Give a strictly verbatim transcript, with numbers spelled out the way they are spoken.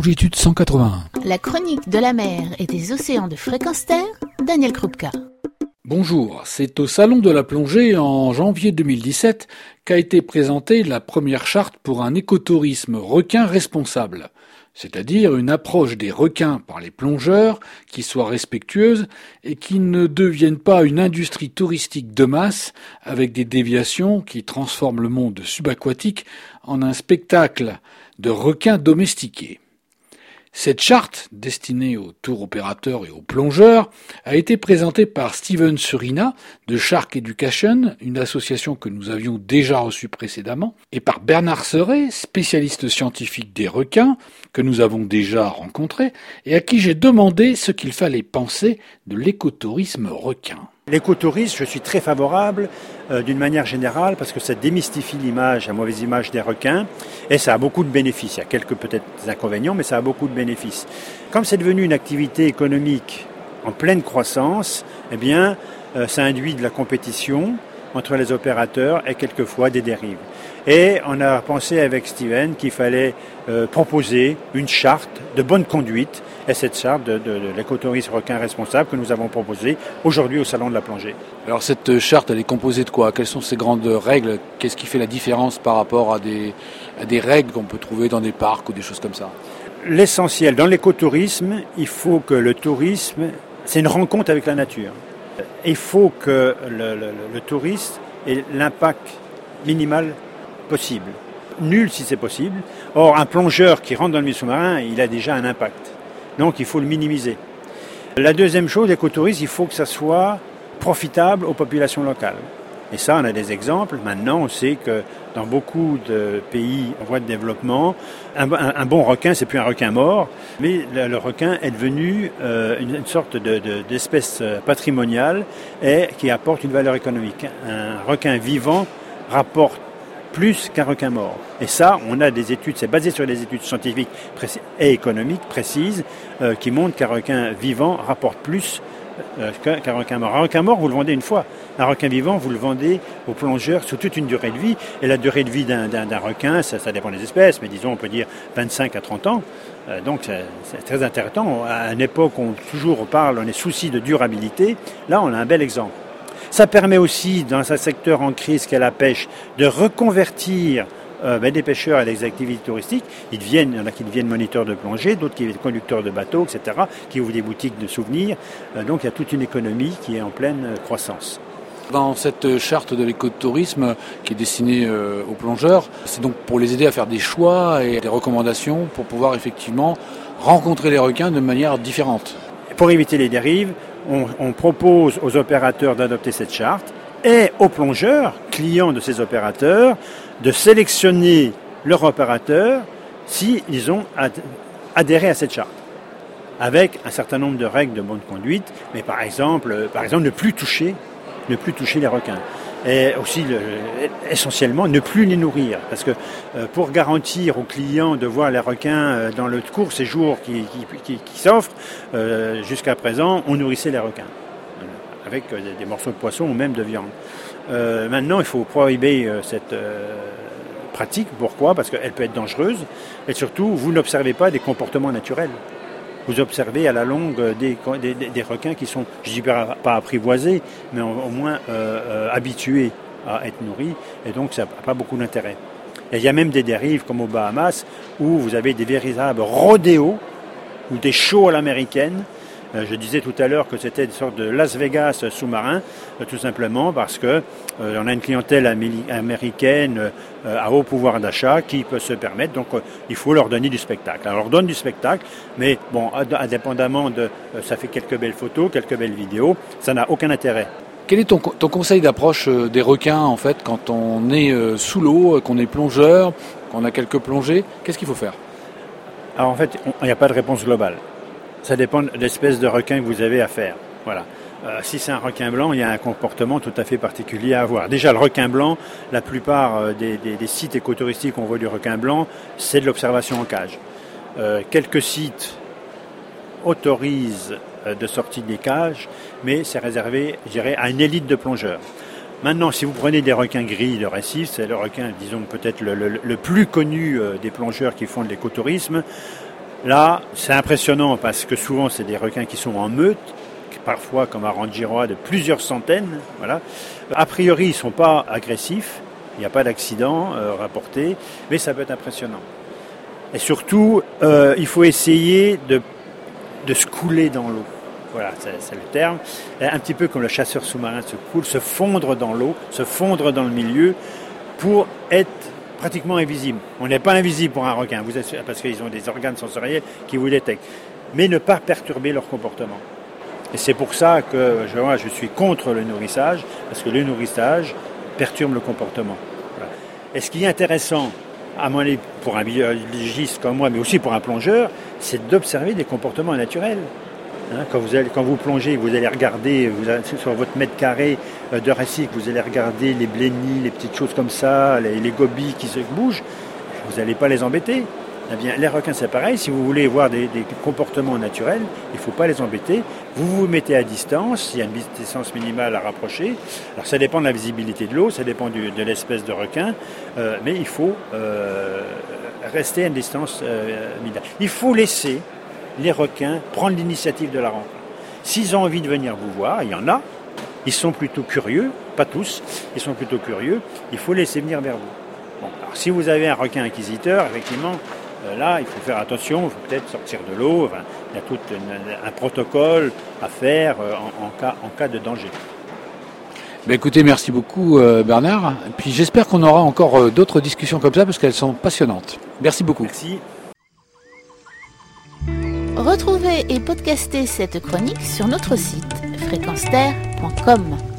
Longitude cent quatre-vingt-un. La chronique de la mer et des océans de Fréquence Terre, Daniel Krupka. Bonjour, c'est au Salon de la plongée en janvier deux mille dix-sept qu'a été présentée la première charte pour un écotourisme requin responsable, c'est-à-dire une approche des requins par les plongeurs qui soit respectueuse et qui ne devienne pas une industrie touristique de masse avec des déviations qui transforment le monde subaquatique en un spectacle de requins domestiqués. Cette charte, destinée aux tour opérateurs et aux plongeurs, a été présentée par Steven Surina de Shark Education, une association que nous avions déjà reçue précédemment, et par Bernard Serret, spécialiste scientifique des requins, que nous avons déjà rencontré, et à qui j'ai demandé ce qu'il fallait penser de l'écotourisme requin. L'écotourisme, je suis très favorable euh, d'une manière générale parce que ça démystifie l'image, la mauvaise image des requins et ça a beaucoup de bénéfices. Il y a quelques peut-être inconvénients, mais ça a beaucoup de bénéfices. Comme c'est devenu une activité économique en pleine croissance, eh bien, euh, ça induit de la compétition entre les opérateurs et quelquefois des dérives. Et on a pensé avec Steven qu'il fallait euh, proposer une charte de bonne conduite, et cette charte de, de, de l'écotourisme requin responsable que nous avons proposée aujourd'hui au Salon de la plongée. Alors cette charte, elle est composée de quoi? Quelles sont ces grandes règles? Qu'est-ce qui fait la différence par rapport à des, à des règles qu'on peut trouver dans des parcs ou des choses comme ça? L'essentiel, dans l'écotourisme, il faut que le tourisme, c'est une rencontre avec la nature. Il faut que le, le, le touriste ait l'impact minimal possible. Nul si c'est possible. Or, un plongeur qui rentre dans le milieu sous-marin, il a déjà un impact. Donc, il faut le minimiser. La deuxième chose, l'écotourisme, il faut que ça soit profitable aux populations locales. Et ça, on a des exemples. Maintenant, on sait que dans beaucoup de pays en voie de développement, un, un, un bon requin, c'est plus un requin mort, mais le, le requin est devenu euh, une, une sorte de, de, d'espèce patrimoniale et qui apporte une valeur économique. Un requin vivant rapporte plus qu'un requin mort. Et ça, on a des études, c'est basé sur des études scientifiques et économiques précises euh, qui montrent qu'un requin vivant rapporte plus euh, qu'un requin mort. Un requin mort, vous le vendez une fois. Un requin vivant, vous le vendez aux plongeurs sur toute une durée de vie. Et la durée de vie d'un, d'un, d'un requin, ça, ça dépend des espèces, mais disons, on peut dire vingt-cinq à trente ans. Euh, donc, c'est, c'est très intéressant. À une époque où on toujours parle, on est souci de durabilité. Là, on a un bel exemple. Ça permet aussi, dans un secteur en crise qu'est la pêche, de reconvertir euh, ben, des pêcheurs à des activités touristiques. Ils deviennent, il y en a qui deviennent moniteurs de plongée, d'autres qui deviennent conducteurs de bateaux, et cetera, qui ouvrent des boutiques de souvenirs. Euh, donc il y a toute une économie qui est en pleine croissance. Dans cette charte de l'écotourisme qui est destinée euh, aux plongeurs, c'est donc pour les aider à faire des choix et des recommandations pour pouvoir effectivement rencontrer les requins de manière différente. Pour éviter les dérives, on, on propose aux opérateurs d'adopter cette charte et aux plongeurs, clients de ces opérateurs, de sélectionner leur opérateur s'ils ont ad- adhéré à cette charte, avec un certain nombre de règles de bonne conduite, mais par exemple, par exemple ne plus toucher, ne plus toucher les requins. Et aussi, le, essentiellement, ne plus les nourrir. Parce que euh, pour garantir aux clients de voir les requins euh, dans le court séjour qui, qui, qui, qui s'offre, euh, jusqu'à présent, on nourrissait les requins. Euh, avec euh, des morceaux de poisson ou même de viande. Euh, maintenant, il faut prohiber euh, cette euh, pratique. Pourquoi? Parce qu'elle peut être dangereuse. Et surtout, vous n'observez pas des comportements naturels. Vous observez à la longue des, des, des requins qui sont, je ne dis pas, pas apprivoisés, mais au, au moins euh, euh, habitués à être nourris, et donc ça n'a pas beaucoup d'intérêt. Et il y a même des dérives comme aux Bahamas, où vous avez des véritables rodéos, ou des shows à l'américaine. Euh, je disais tout à l'heure que c'était une sorte de Las Vegas sous-marin, euh, tout simplement parce que euh, on a une clientèle amé- américaine euh, à haut pouvoir d'achat qui peut se permettre, donc euh, il faut leur donner du spectacle. Alors on leur donne du spectacle, mais bon, indépendamment de, euh, ça fait quelques belles photos, quelques belles vidéos, ça n'a aucun intérêt. Quel est ton, ton conseil d'approche des requins en fait quand on est sous l'eau, qu'on est plongeur, qu'on a quelques plongées? Qu'est-ce qu'il faut faire? Alors en fait, il n'y a pas de réponse globale. Ça dépend de l'espèce de requin que vous avez à faire. Voilà. Euh, si c'est un requin blanc, il y a un comportement tout à fait particulier à avoir. Déjà, le requin blanc, la plupart des, des, des sites écotouristiques où on voit du requin blanc, c'est de l'observation en cage. Euh, quelques sites autorisent euh, de sortie des cages, mais c'est réservé, je dirais, à une élite de plongeurs. Maintenant, si vous prenez des requins gris de récif, c'est le requin, disons, peut-être le, le, le plus connu euh, des plongeurs qui font de l'écotourisme. Là, c'est impressionnant parce que souvent, c'est des requins qui sont en meute, parfois comme à Rangiroa de plusieurs centaines. Voilà. A priori, ils ne sont pas agressifs, il n'y a pas d'accident euh, rapporté, mais ça peut être impressionnant. Et surtout, euh, il faut essayer de, de se couler dans l'eau. Voilà, c'est, c'est le terme. Un petit peu comme le chasseur sous-marin se coule, se fondre dans l'eau, se fondre dans le milieu pour être pratiquement invisible. On n'est pas invisible pour un requin, vous êtes, parce qu'ils ont des organes sensoriels qui vous détectent, mais ne pas perturber leur comportement. Et c'est pour ça que je, moi, je suis contre le nourrissage, parce que le nourrissage perturbe le comportement. Voilà. Et ce qui est intéressant, à mon avis, pour un biologiste comme moi, mais aussi pour un plongeur, c'est d'observer des comportements naturels. Hein, quand, vous allez, quand vous plongez, vous allez regarder vous allez, sur votre mètre carré de récif, vous allez regarder les blennies, les petites choses comme ça, les, les gobies qui se bougent, vous n'allez pas les embêter. Eh bien, les requins, c'est pareil. Si vous voulez voir des, des comportements naturels, il ne faut pas les embêter. Vous vous mettez à distance, il y a une distance minimale à rapprocher. Alors, ça dépend de la visibilité de l'eau, ça dépend du, de l'espèce de requin, euh, mais il faut euh, rester à une distance euh, minimale. Il faut laisser les requins prendre l'initiative de la rencontre. S'ils ont envie de venir vous voir, il y en a, ils sont plutôt curieux, pas tous, ils sont plutôt curieux, il faut laisser venir vers vous. Bon, alors, si vous avez un requin inquisiteur, effectivement, euh, là, il faut faire attention, il faut peut-être sortir de l'eau, enfin, il y a tout une, un protocole à faire euh, en, en, cas, en cas de danger. Ben écoutez, merci beaucoup euh, Bernard, et puis j'espère qu'on aura encore euh, d'autres discussions comme ça, parce qu'elles sont passionnantes. Merci beaucoup. Merci. Retrouvez et podcastez cette chronique sur notre site fréquence terre point com.